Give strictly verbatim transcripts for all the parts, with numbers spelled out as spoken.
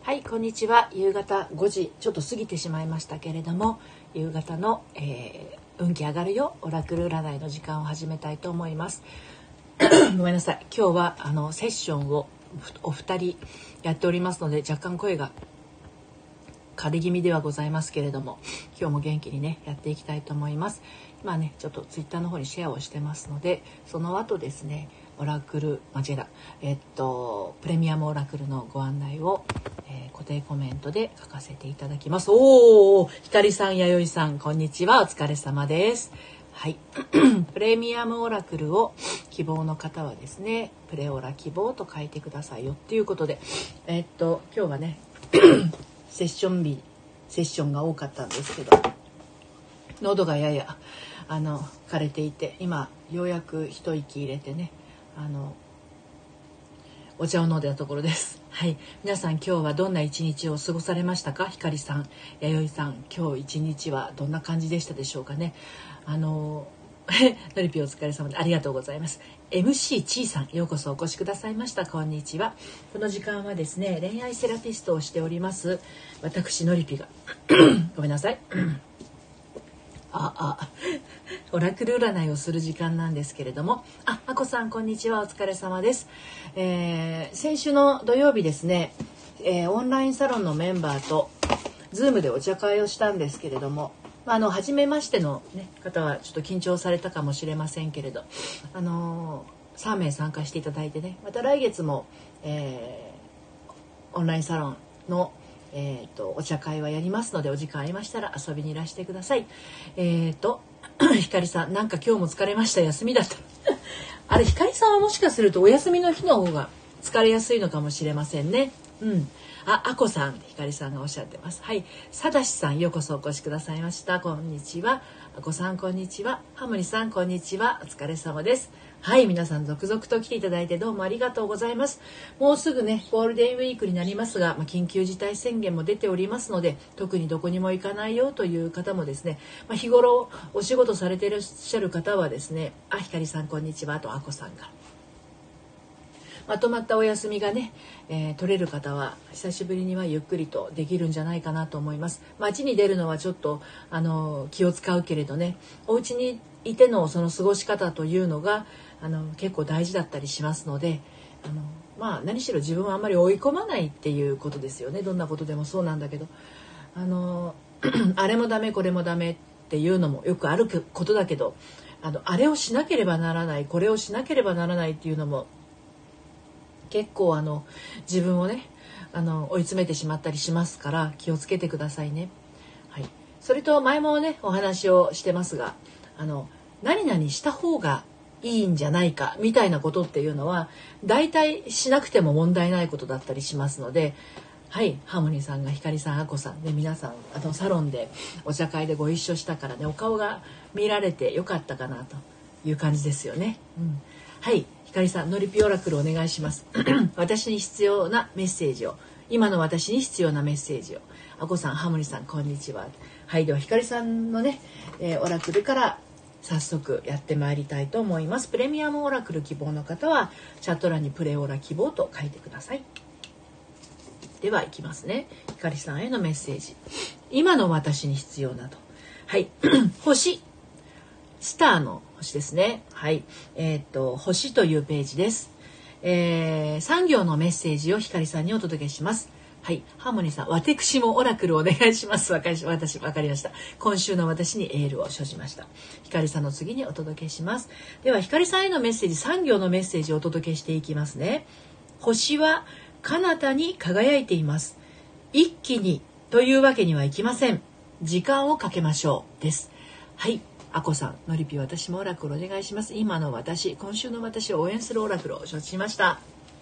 はい、こんにちは。夕方ごじちょっと過ぎてしまいましたけれども、夕方の、えー、運気上がるよオラクル占いの時間を始めたいと思います。ごめんなさい。今日はあのセッションをお二人やっておりますので、若干声が枯れ気味ではございますけれども、今日も元気にねやっていきたいと思います。今ねちょっとツイッターの方にシェアをしてますので、その後ですねオラクル間違えたえっとプレミアムオラクルのご案内を、えー、固定コメントで書かせていただきます。おー、ひかりさん、やよいさん、こんにちは。お疲れ様です。はい、プレミアムオラクルを希望の方はですね、プレオラ希望と書いてくださいよっていうことで、えっと今日はねセッション日セッションが多かったんですけど、喉がややあの枯れていて、今ようやく一息入れてね、あのお茶を飲んだところです。はい、皆さん今日はどんな一日を過ごされましたか？ひかりさん、やよいさん、今日一日はどんな感じでしたでしょうかね。あののりぴお疲れ様でありがとうございます。 エムシー ちーさん、ようこそお越しくださいました。こんにちは。この時間はですね、恋愛セラピストをしております私のりぴがごめんなさいああオラクル占いをする時間なんですけれども、あ、あこさんこんにちは。お疲れ様です。えー、先週の土曜日ですね、えー、オンラインサロンのメンバーとズームでお茶会をしたんですけれども、あの初めましての、ね、方はちょっと緊張されたかもしれませんけれど、あのー、さんめい参加していただいてね、また来月も、えー、オンラインサロンのえー、とお茶会はやりますので、お時間ありましたら遊びにいらしてください。えーとひかりさん、なんか今日も疲れました。休みだったあれ、ひかりさんはもしかするとお休みの日の方が疲れやすいのかもしれませんね。うん。あ、あこさん、ひかりさんがおっしゃってます。はい、さだしさん、ようこそお越しくださいました。こんにちは。あこさん、こんにちは。ハムリさん、こんにちは。お疲れ様です。はい、皆さん続々と来ていただいてどうもありがとうございます。もうすぐねゴールデンウィークになりますが、まあ、緊急事態宣言も出ておりますので、特にどこにも行かないよという方もですね、まあ、日頃お仕事されていらっしゃる方はですね、あ、ひかりさんこんにちはとあこさんがまとまったお休みがね、えー、取れる方は久しぶりにはゆっくりとできるんじゃないかなと思います。街に出るのはちょっとあの気を使うけれどね、お家にいてのその過ごし方というのがあの結構大事だったりしますので、あのまあ何しろ自分はあんまり追い込まないっていうことですよね。どんなことでもそうなんだけど、あのあれもダメこれもダメっていうのもよくあることだけど、あのあれをしなければならない、これをしなければならないっていうのも結構あの自分をねあの追い詰めてしまったりしますから、気をつけてくださいね。はい、それと前もねお話をしてますが、あの何々した方がいいんじゃないかみたいなことっていうのは大体しなくても問題ないことだったりしますので、はい、ハーモニーさんがひかりさん、あこさんで、皆さんあのサロンでお茶会でご一緒したからね、お顔が見られてよかったかなという感じですよね。うん、はい、ひかりさん、のりぴオラクルお願いします私に必要なメッセージを、今の私に必要なメッセージを。あこさん、ハーモニーさん、こんにちは。はい、ではひかりさんのね、えー、オラクルから早速やってまいりたいと思います。プレミアムオラクル希望の方はチャット欄にプレオラ希望と書いてください。ではいきますね。ひかりさんへのメッセージ、今の私に必要なと。はい星、スターの星ですね。はい、えー、っと星というページです。えー、さん行のメッセージをひかりさんにお届けします。はい、ハーモニーさん、私もオラクルお願いします。わかり、私わかりました。今週の私にエールを所持ました。ひかりさんの次にお届けします。ではひかりさんへのメッセージ、さん行のメッセージをお届けしていきますね。星は彼方に輝いています。一気にというわけにはいきません。時間をかけましょうです。はい、あこさん、のりぴ、私もオラクルお願いします。今の私、今週の私を応援するオラクルを承知しました。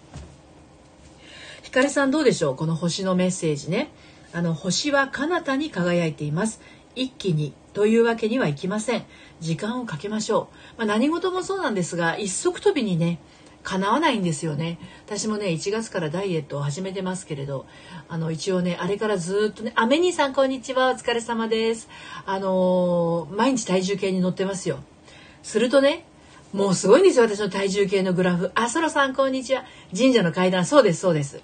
ひかりさんどうでしょう、この星のメッセージね。あの星は彼方に輝いています。一気にというわけにはいきません。時間をかけましょう。まあ、何事もそうなんですが、一足飛びにね叶わないんですよね。私もねいちがつからダイエットを始めてますけれど、あの一応ねあれからずっとね、あ、メニーさんこんにちは、お疲れ様です。あのー、毎日体重計に乗ってますよ。するとね、もうすごいんですよ、私の体重計のグラフ。あ、ソロさんこんにちは。神社の階段、そうですそうです。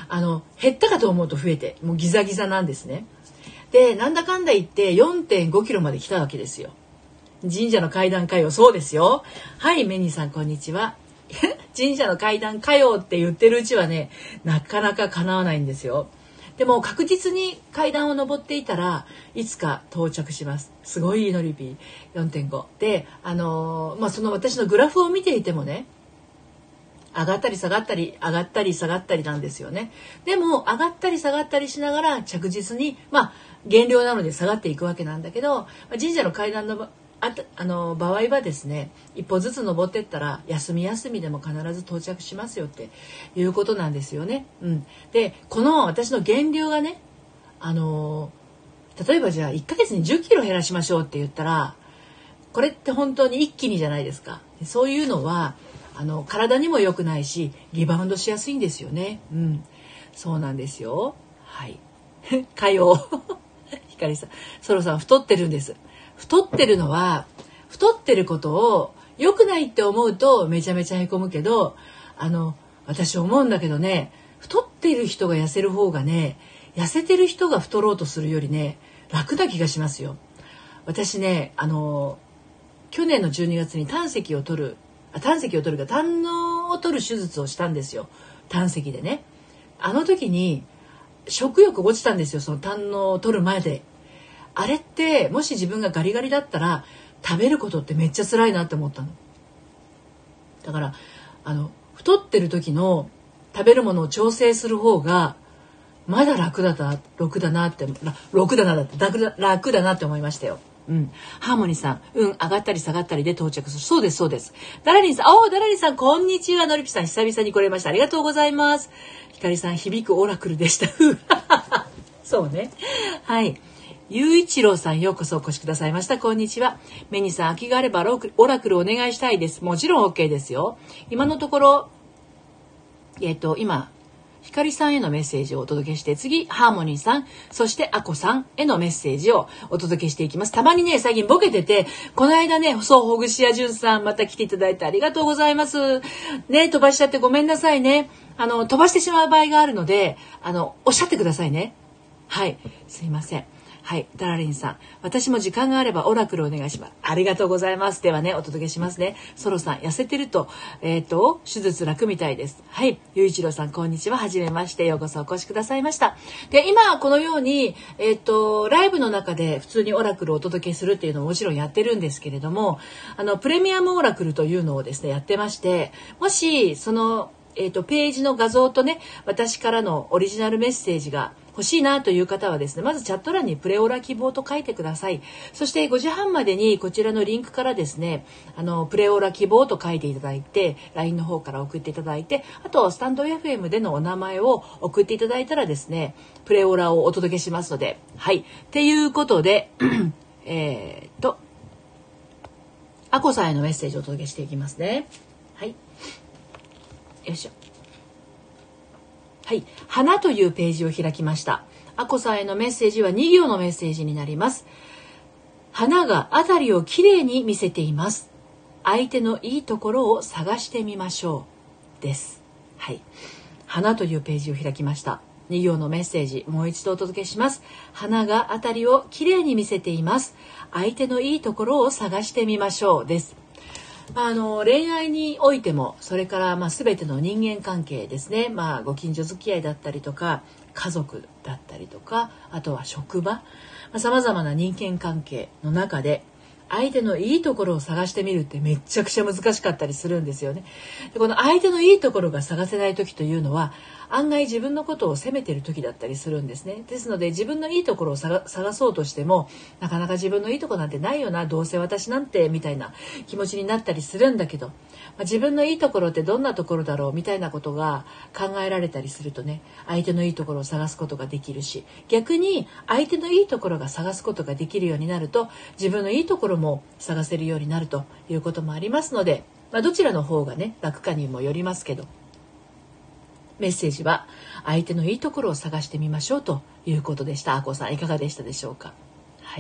あの減ったかと思うと増えてもうギザギザなんですね。でなんだかんだ言って よんてんごキロまで来たわけですよ。神社の階段かよ。そうですよ。はい、メニーさんこんにちは。神社の階段かよって言ってるうちはねなかなか叶わないんですよ。でも確実に階段を登っていたらいつか到着します。すごいノリピー よんてんご で、あのー、まあその私のグラフを見ていてもね上がったり下がったり上がったり下がったりなんですよね。でも上がったり下がったりしながら着実にまあ減量なので下がっていくわけなんだけど、神社の階段のああの場合はですね一歩ずつ登っていったら休み休みでも必ず到着しますよっていうことなんですよね。うん、でこの私の減量がねあの例えばじゃあいっかげつにじゅっキロ減らしましょうって言ったらこれって本当に一気にじゃないですか。そういうのはあの体にも良くないしリバウンドしやすいんですよね。うん、そうなんですよ。はい。かよ。ひかりさん、そろさん太ってるんです。太ってるのは太ってることを良くないって思うとめちゃめちゃへこむけど、あの私思うんだけどね、太っている人が痩せる方がね、痩せてる人が太ろうとするよりね楽な気がしますよ。私ね、あの去年のじゅうにがつに胆石を取るあ胆石を取るか胆のを取る手術をしたんですよ。胆石でね。あの時に食欲落ちたんですよ。その胆のを取る前で。あれってもし自分がガリガリだったら食べることってめっちゃ辛いなって思ったの。だからあの太ってる時の食べるものを調整する方がまだ楽だな楽だなって楽だなだって楽だ楽だなって思いましたよ。うん、ハーモニーさん、うん、上がったり下がったりで到着する。そうですそうです。ダラリンさん、おーダラリンさんこんにちは。のりぴさん久々に来れました。ありがとうございます。ひかりさん響くオラクルでした。そうね。はい。ゆういちろうさんようこそお越しくださいました。こんにちは。メニさん空きがあればオラクルお願いしたいです。もちろん OK ですよ。今のところえっと今ひかりさんへのメッセージをお届けして、次ハーモニーさん、そしてあこさんへのメッセージをお届けしていきます。たまにね最近ボケてて、この間ねそうほぐしやじゅんさんまた来ていただいてありがとうございますね。飛ばしちゃってごめんなさいね。あの飛ばしてしまう場合があるのであのおっしゃってくださいね。はいすいません。はい、ダラリンさん、私も時間があればオラクルお願いします。ありがとうございます。ではね、お届けしますね。ソロさん、痩せてると、えっと、手術楽みたいです。はい、ゆういちろうさん、こんにちは。はじめまして。ようこそお越しくださいました。で、今、このように、えっと、ライブの中で普通にオラクルをお届けするっていうのももちろんやってるんですけれども、あの、プレミアムオラクルというのをですね、やってまして、もし、その、えっと、ページの画像とね、私からのオリジナルメッセージが欲しいなという方はですね、まずチャット欄にプレオラ希望と書いてください。そしてごじはんまでにこちらのリンクからですね、あのプレオラ希望と書いていただいて ライン の方から送っていただいて、あとスタンド エフエム でのお名前を送っていただいたらですね、プレオラをお届けしますので、はいっていうことでえっとあこさんへのメッセージをお届けしていきますね。はい、よいしょ。はい、花というページを開きました。あこさんへのメッセージはに行のメッセージになります。花があたりをきれいに見せています。相手のいいところを探してみましょうです。はい、花というページを開きました。に行のメッセージもう一度お届けします。花があたりをきれいに見せています。相手のいいところを探してみましょうです。あの恋愛においても、それからまあ全ての人間関係ですね、まあ、ご近所付き合いだったりとか家族だったりとか、あとは職場、さまざまな人間関係の中で相手のいいところを探してみるってめちゃくちゃ難しかったりするんですよね。でこの相手のいいところが探せない時というのは案外自分のことを責めてる時だったりするんですね。ですので自分のいいところを 探, 探そうとしてもなかなか自分のいいところなんてないよな、どうせ私なんてみたいな気持ちになったりするんだけど、まあ、自分のいいところってどんなところだろうみたいなことが考えられたりするとね、相手のいいところを探すことができるし、逆に相手のいいところが探すことができるようになると自分のいいところも探せるようになるということもありますので、まあ、どちらの方がね楽かにもよりますけど、メッセージは相手のいいところを探してみましょうということでした。あこさんいかがでしたでしょうか。はい、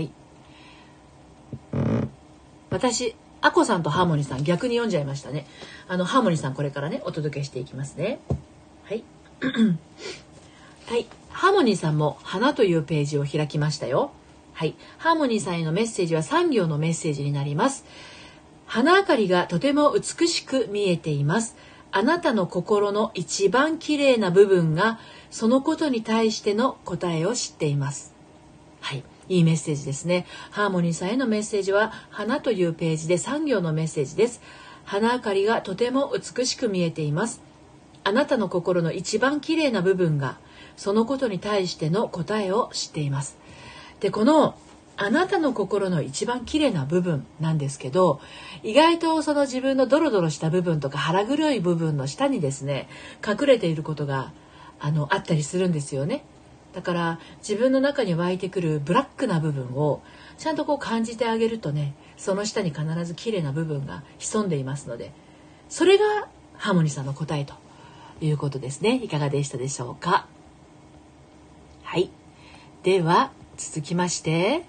私あこさんとハーモニーさん逆に読んじゃいましたね。あのハーモニーさんこれからねお届けしていきますね。はいはい、ハーモニーさんも花というページを開きましたよ。はい、ハーモニーさんへのメッセージはさん行のメッセージになります。花明かりがとても美しく見えています。あなたの心の一番綺麗な部分がそのことに対しての答えを知っています。はい、いいメッセージですね。ハーモニーさんへのメッセージは花というページでさん行のメッセージです。花明かりがとても美しく見えています。あなたの心の一番綺麗な部分がそのことに対しての答えを知っています。で、このあなたの心の一番綺麗な部分なんですけど、意外とその自分のドロドロした部分とか腹黒い部分の下にですね、隠れていることがあのあったりするんですよね。だから自分の中に湧いてくるブラックな部分をちゃんとこう感じてあげるとね、その下に必ず綺麗な部分が潜んでいますので、それがハーモニーさんの答えということですね。いかがでしたでしょうか。はい、では続きまして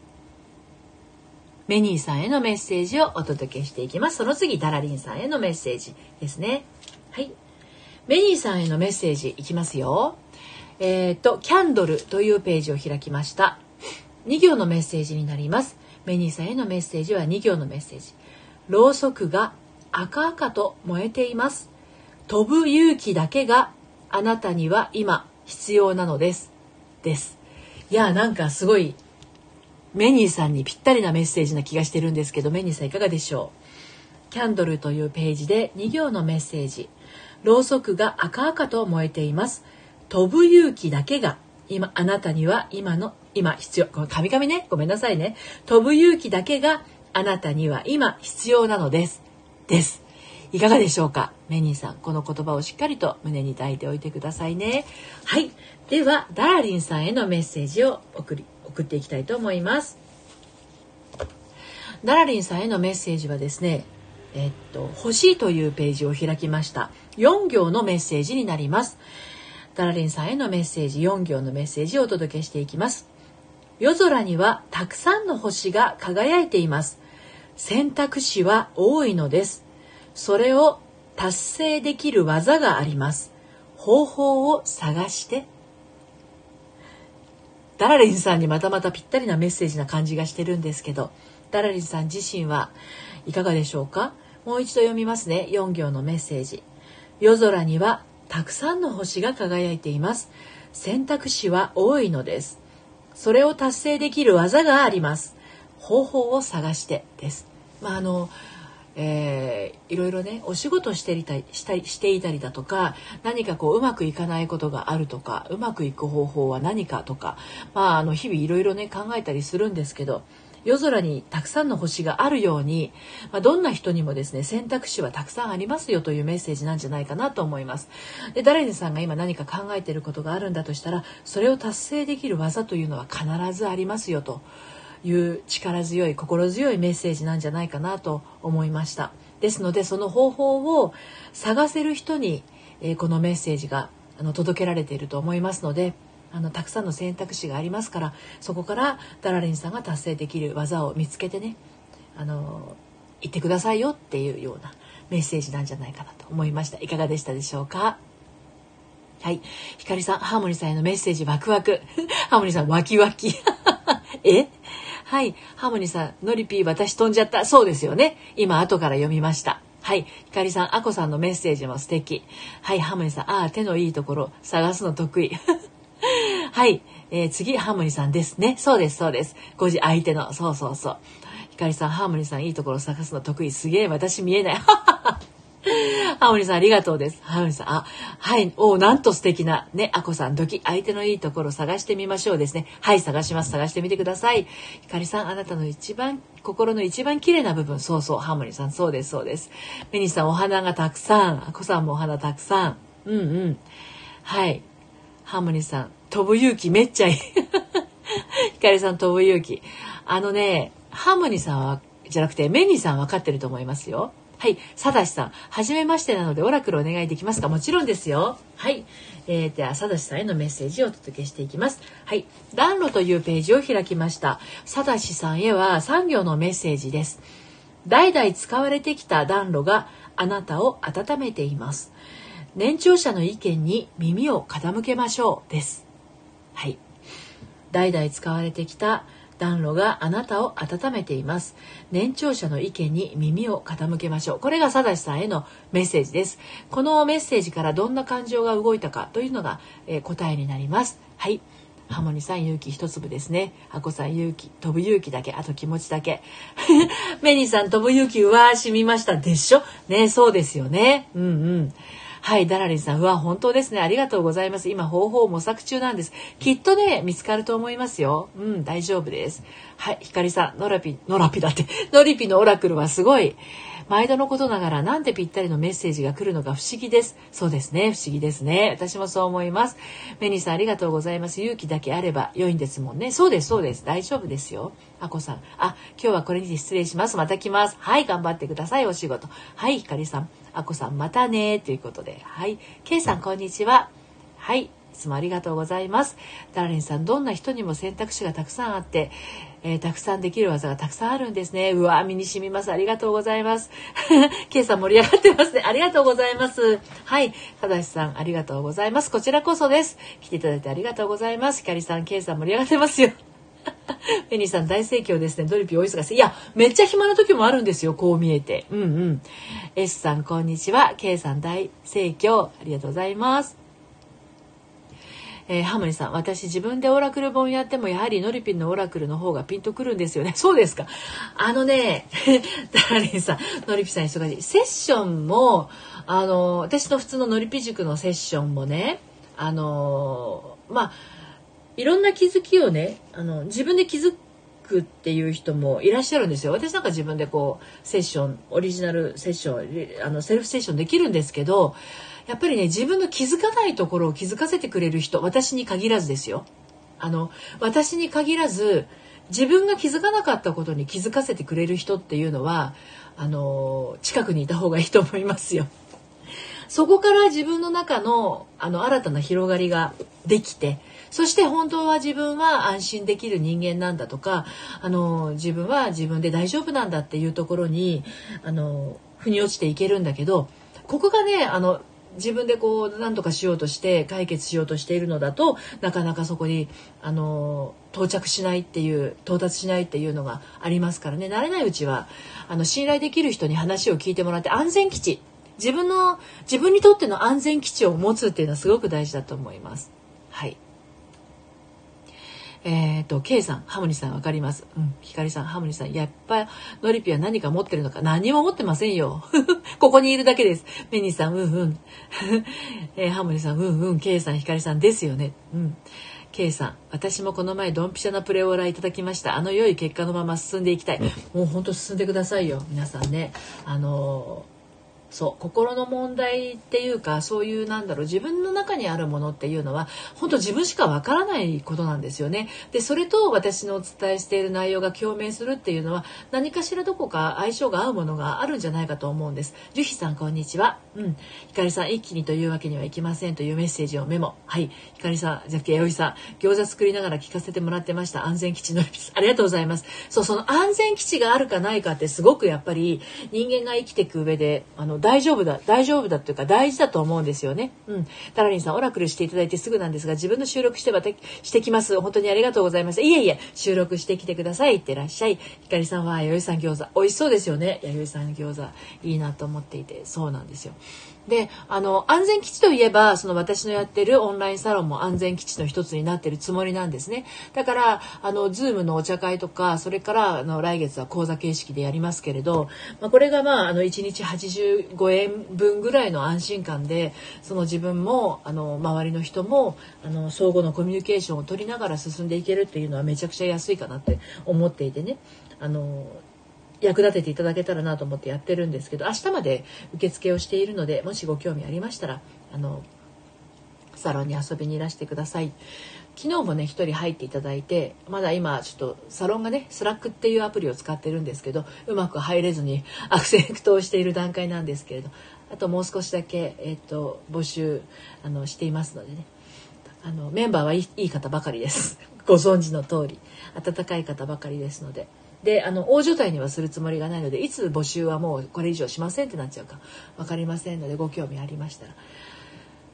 メニーさんへのメッセージをお届けしていきます。その次ダラリンさんへのメッセージですね。はい、メニーさんへのメッセージいきますよ。えーとキャンドルというページを開きました。に行のメッセージになります。メニーさんへのメッセージはに行のメッセージ。ろうそくが赤々と燃えています。飛ぶ勇気だけがあなたには今必要なのですです。いや、なんかすごいメニーさんにぴったりなメッセージな気がしてるんですけど、メニーさんいかがでしょう。キャンドルというページでに行のメッセージ。ろうそくが赤々と燃えています。飛ぶ勇気だけが今あなたには今の今必要。この神々ね、ごめんなさいね。飛ぶ勇気だけがあなたには今必要なのですです。いかがでしょうか。メニーさん、この言葉をしっかりと胸に抱いておいてくださいね。はい、ではダラリンさんへのメッセージを送り送っていきたいと思います。ダラリンさんへのメッセージはですね、えっと欲しいというページを開きました。よん行のメッセージになります。ダラリンさんへのメッセージ、よん行のメッセージをお届けしていきます。夜空にはたくさんの星が輝いています。選択肢は多いのです。それを達成できる技があります。方法を探して。ダラリンさんにまたまたぴったりなメッセージな感じがしてるんですけど、ダラリンさん自身はいかがでしょうか。もう一度読みますね。よん行のメッセージ。夜空にはたくさんの星が輝いています。選択肢は多いのです。それを達成できる技があります。方法を探してです。まああのえー、いろいろねお仕事していたりしたりしていたりだとか、何かこううまくいかないことがあるとか、うまくいく方法は何かとか、まああの日々いろいろね考えたりするんですけど、夜空にたくさんの星があるように、まあ、どんな人にもですね選択肢はたくさんありますよというメッセージなんじゃないかなと思います。で、ダラリンさんが今何か考えていることがあるんだとしたら、それを達成できる技というのは必ずありますよという力強い心強いメッセージなんじゃないかなと思いました。ですのでその方法を探せる人に、えー、このメッセージがあの届けられていると思いますので、あのたくさんの選択肢がありますから、そこからダラリンさんが達成できる技を見つけてね、あの言ってくださいよっていうようなメッセージなんじゃないかなと思いました。いかがでしたでしょうか。はい、ひかりさん、ハーモニーさんへのメッセージワクワクハーモニーさんワキワキえはい、ハーモニーさん、ノリピー私飛んじゃった。そうですよね。今後から読みました。はい、ひかりさん、あこさんのメッセージも素敵。はい、ハーモニーさん、ああ手のいいところ探すの得意はい、えー、次ハーモニーさんですね。そうですそうです。ごじ相手のそうそうそう。ひかりさん、ハーモニーさんいいところ探すの得意。すげえ私見えないハーモニーさんありがとうです。ハーモニーさん、あ、はい、おなんと素敵なね、あこさん、ドキ、相手のいいところ探してみましょうですね。はい、探します。探してみてください。ひかりさん、あなたの一番心の一番綺麗な部分、そうそう、ハーモニーさん、そうですそうです。メニーさん、お花がたくさん、あこさんもお花たくさん、うんうん、はい、ハーモニーさん、飛ぶ勇気めっちゃいい。ひかりさん、飛ぶ勇気。あのね、ハーモニーさんはじゃなくてメニーさん分かってると思いますよ。はい、さだしさん、はじめましてなのでオラクルお願いできますか。もちろんですよ。はい、えー、ではさだしさんへのメッセージをお届けしていきます。はい、暖炉というページを開きました。さだしさんへはさん行のメッセージです。代々使われてきた暖炉があなたを温めています。 年長者の意見に耳を傾けましょうです。はい。代々使われてきた暖炉があなたを温めています。年長者の意見に耳を傾けましょう。これが貞さんへのメッセージです。このメッセージからどんな感情が動いたかというのが、えー、答えになります。はい。ハモニさん、勇気一粒ですね。ハコさん、勇気、飛ぶ勇気だけ、あと気持ちだけ。メニーさん、飛ぶ勇気、うわー、染みましたでしょね、そうですよね。うんうん。はい、ダラリンさん、うわ、本当ですね。ありがとうございます。今、方法を模索中なんです。きっとね、見つかると思いますよ。うん、大丈夫です。はい、ひかりさん、ノラピ、ノラピだって、ノリピのオラクルはすごい。毎度のことながらなんでぴったりのメッセージが来るのか不思議です。そうですね。不思議ですね。私もそう思います。メニーさんありがとうございます。勇気だけあれば良いんですもんね。そうです、そうです。大丈夫ですよ。あこさん。あ、今日はこれにて失礼します。また来ます。はい、頑張ってください。お仕事。はい、ひかりさん。あこさん、またね。ということで。はい。けいさん、こんにちは。はい。いつもありがとうございます。ダーリンさん、どんな人にも選択肢がたくさんあって、えー、たくさんできる技がたくさんあるんですね。うわ、身に染みます。ありがとうございます。ケイさん盛り上がってますね。ありがとうございます。はい。ただしさん、ありがとうございます。こちらこそです。来ていただいてありがとうございます。ひかりさん、ケイさん盛り上がってますよ。ペニーさん大盛況ですね。ドリピーお忙しい。いや、めっちゃ暇な時もあるんですよ。こう見えて。うんうん。S さん、こんにちは。K さん大盛況。ありがとうございます。えー、ハモニさん、私自分でオラクル本やってもやはりノリピンのオラクルの方がピンとくるんですよね。そうですか。あのね、ダーリンさん、ノリピさん忙しい。セッションも、あの、私の普通のノリピ塾のセッションもね、あの、まあ、いろんな気づきをね、あの、自分で気づくっていう人もいらっしゃるんですよ。私なんか自分でこう、セッション、オリジナルセッション、あの、セルフセッションできるんですけど、やっぱりね、自分の気づかないところを気づかせてくれる人、私に限らずですよ。あの、私に限らず、自分が気づかなかったことに気づかせてくれる人っていうのは、あの、近くにいた方がいいと思いますよ。そこから自分の中の、あの、新たな広がりができて、そして本当は自分は安心できる人間なんだとか、あの、自分は自分で大丈夫なんだっていうところに、あの、腑に落ちていけるんだけど、ここがね、あの、自分でこう何とかしようとして解決しようとしているのだとなかなかそこにあの到着しないっていう到達しないっていうのがありますからね。慣れないうちはあの信頼できる人に話を聞いてもらって安全基地自分の自分にとっての安全基地を持つっていうのはすごく大事だと思います。はい。えっと、K さん、ハモニさんわかります。うん、ひかりさん、ハモニさん、やっぱ、ノリピは何か持ってるのか何も持ってませんよ。ここにいるだけです。メニーさん、うんうん。えー、ハモニさん、うんうん。K さん、ひかりさんですよね。うん。K さん、私もこの前ドンピシャなプレオーラいただきました。あの良い結果のまま進んでいきたい。もう本当進んでくださいよ。皆さんね。あのーそう心の問題っていうかそういうなんだろう自分の中にあるものっていうのは本当自分しかわからないことなんですよね。でそれと私のお伝えしている内容が共鳴するっていうのは何かしらどこか相性が合うものがあるんじゃないかと思うんです。ジュヒさんこんにちは。うん。ひかりさん一気にというわけにはいきませんというメッセージをメモ。はい。ひかりさんじゃあえおいさん餃子作りながら聞かせてもらってました。安全基地のありがとうございます。そうその安全基地があるかないかってすごくやっぱり人間が生きていく上であの大丈夫だ大丈夫だっていうか大事だと思うんですよね。うん。タラリンさんオラクルしていただいてすぐなんですが自分の収録してまたしてきます。本当にありがとうございます。いえいえ収録してきてください。いってらっしゃい。ひかりさんは弥生さん餃子美味しそうですよね。弥生さん餃子いいなと思っていてそうなんですよ。であの安全基地といえばその私のやってるオンラインサロンも安全基地の一つになってるつもりなんですね。だからあのズームのお茶会とかそれからあの来月は講座形式でやりますけれど、まあ、これがまああのいちにちはちじゅうごえんぶんぐらいの安心感でその自分もあの周りの人もあの相互のコミュニケーションを取りながら進んでいけるっていうのはめちゃくちゃ安いかなって思っていてねあの役立てていただけたらなと思ってやってるんですけど明日まで受付をしているのでもしご興味ありましたらあのサロンに遊びにいらしてください。昨日もね一人入っていただいてまだ今ちょっとサロンがねスラックっていうアプリを使ってるんですけどうまく入れずに悪戦苦闘している段階なんですけれどあともう少しだけ、えー、と募集あのしていますのでねあのメンバーはいい、いい方ばかりですご存知の通り温かい方ばかりですのでであの大所帯にはするつもりがないのでいつ募集はもうこれ以上しませんってなっちゃうか分かりませんのでご興味ありましたら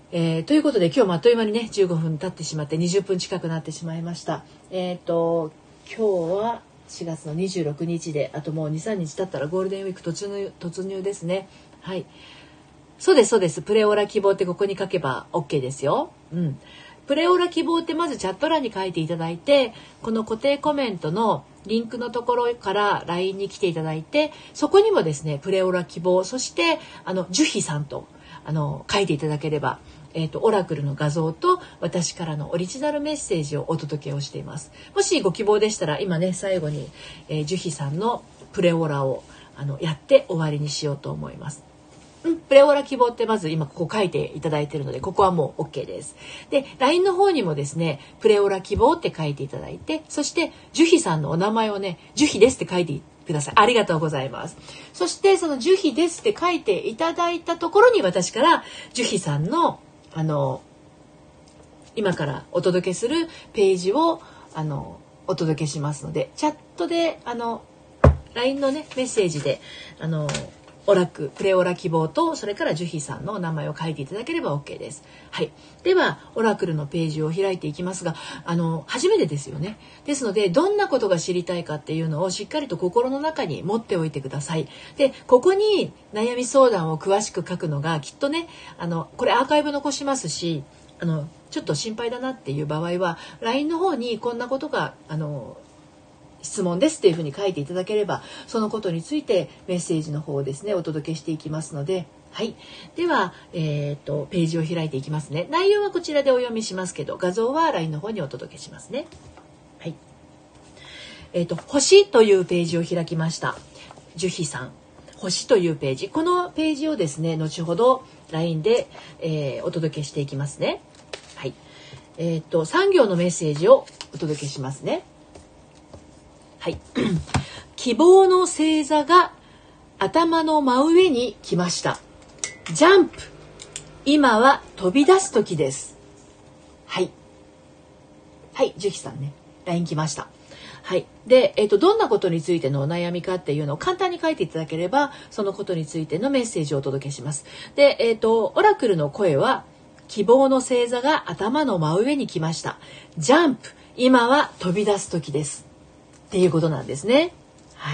えー、ということで今日もあっという間にねじゅうごふん経ってしまってにじゅっぷん近くなってしまいました。えっと今日はしがつのにじゅうろくにちで、あともう にさんにち経ったらゴールデンウィーク突入突入ですね。はい、そうですそうです。プレオラ希望ってここに書けば OK ですよ。うん。プレオラ希望ってまずチャット欄に書いていただいて、この固定コメントのリンクのところから ライン に来ていただいて、そこにもですねプレオラ希望、そしてあのジュヒさんとあの書いていただければ、えーと、オラクルの画像と私からのオリジナルメッセージをお届けをしています。もしご希望でしたら今ね最後に、えー、ジュヒさんのプレオラをあのやって終わりにしようと思います。うん、プレオラ希望ってまず今ここ書いていただいているので、ここはもう OK です。で ライン の方にもですねプレオラ希望って書いていただいて、そしてジュヒさんのお名前をねジュヒですって書いてください。ありがとうございます。そしてそのジュヒですって書いていただいたところに私からジュヒさんのあの今からお届けするページをあのお届けしますので、チャットであの ライン のねメッセージであのオラクプレオラ希望とそれからジュヒさんのお名前を書いていただければ OK です。はい、ではオラクルのページを開いていきますが、あの初めてですよね。ですのでどんなことが知りたいかっていうのをしっかりと心の中に持っておいてください。でここに悩み相談を詳しく書くのがきっとね、あのこれアーカイブ残しますし、あのちょっと心配だなっていう場合は ライン の方にこんなことがあの質問ですっていうふうに書いていただければ、そのことについてメッセージの方をですねお届けしていきますので、はい、では、えー、とページを開いていきますね。内容はこちらでお読みしますけど、画像は ライン の方にお届けしますね。はい、えー、と星というページを開きました。ジュヒさん星というページ、このページをですね後ほど ライン で、えー、お届けしていきますね。はい、えー、とさん行のメッセージをお届けしますね。はい、希望の星座が頭の真上に来ました。ジャンプ、今は飛び出す時です。はいはいジュヒさんね ライン 来ました。はい、で、えーと、どんなことについてのお悩みかっていうのを簡単に書いていただければ、そのことについてのメッセージをお届けします。で、えーと、オラクルの声は希望の星座が頭の真上に来ました。ジャンプ、今は飛び出す時ですっていうことなんですね。はい。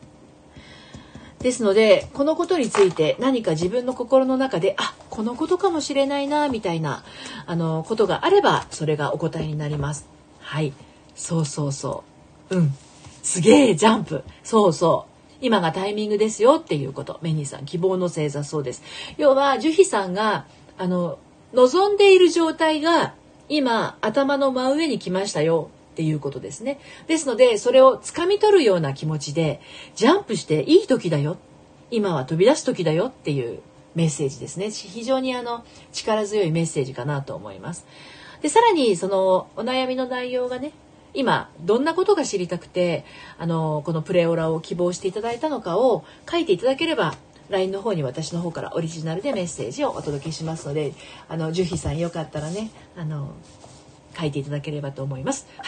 ですのでこのことについて何か自分の心の中であこのことかもしれないなみたいなあのことがあれば、それがお答えになります。はい、そうそうそううんすげえジャンプ、そうそう今がタイミングですよっていうこと。メニーさん希望の星座、そうです。要はジュヒさんがあの望んでいる状態が今頭の真上に来ましたよっていうことですね。ですのでそれを掴み取るような気持ちでジャンプしていい時だよ、今は飛び出す時だよっていうメッセージですね。非常にあの力強いメッセージかなと思います。でさらにそのお悩みの内容がね、今どんなことが知りたくてあのこのプレオラを希望していただいたのかを書いていただければ ライン の方に私の方からオリジナルでメッセージをお届けしますので、あのジュヒさんよかったらねあの書いていただければと思います。はい。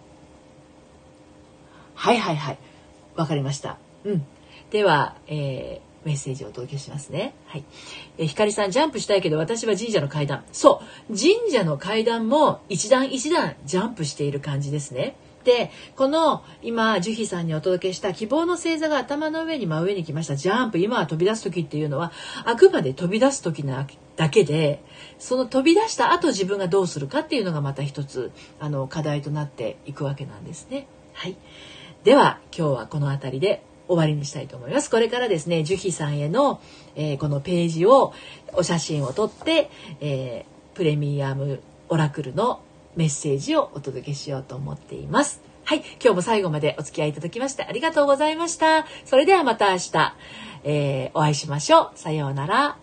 はいはいはい。わかりました。うん。では、えー、メッセージをお届けしますね。はい。えー、ひかりさん、ジャンプしたいけど私は神社の階段。そう。神社の階段も一段一段ジャンプしている感じですね。で、この今、ジュヒさんにお届けした希望の星座が頭の上に真上に来ました。ジャンプ、今は飛び出す時っていうのは、あくまで飛び出す時なだけで、その飛び出した後自分がどうするかっていうのがまた一つ、あの、課題となっていくわけなんですね。はい。では、今日はこのあたりで終わりにしたいと思います。これからですね、ジュヒさんへの、えー、このページを、お写真を撮って、えー、プレミアムオラクルのメッセージをお届けしようと思っています。はい、今日も最後までお付き合いいただきましてありがとうございました。それではまた明日、えー、お会いしましょう。さようなら。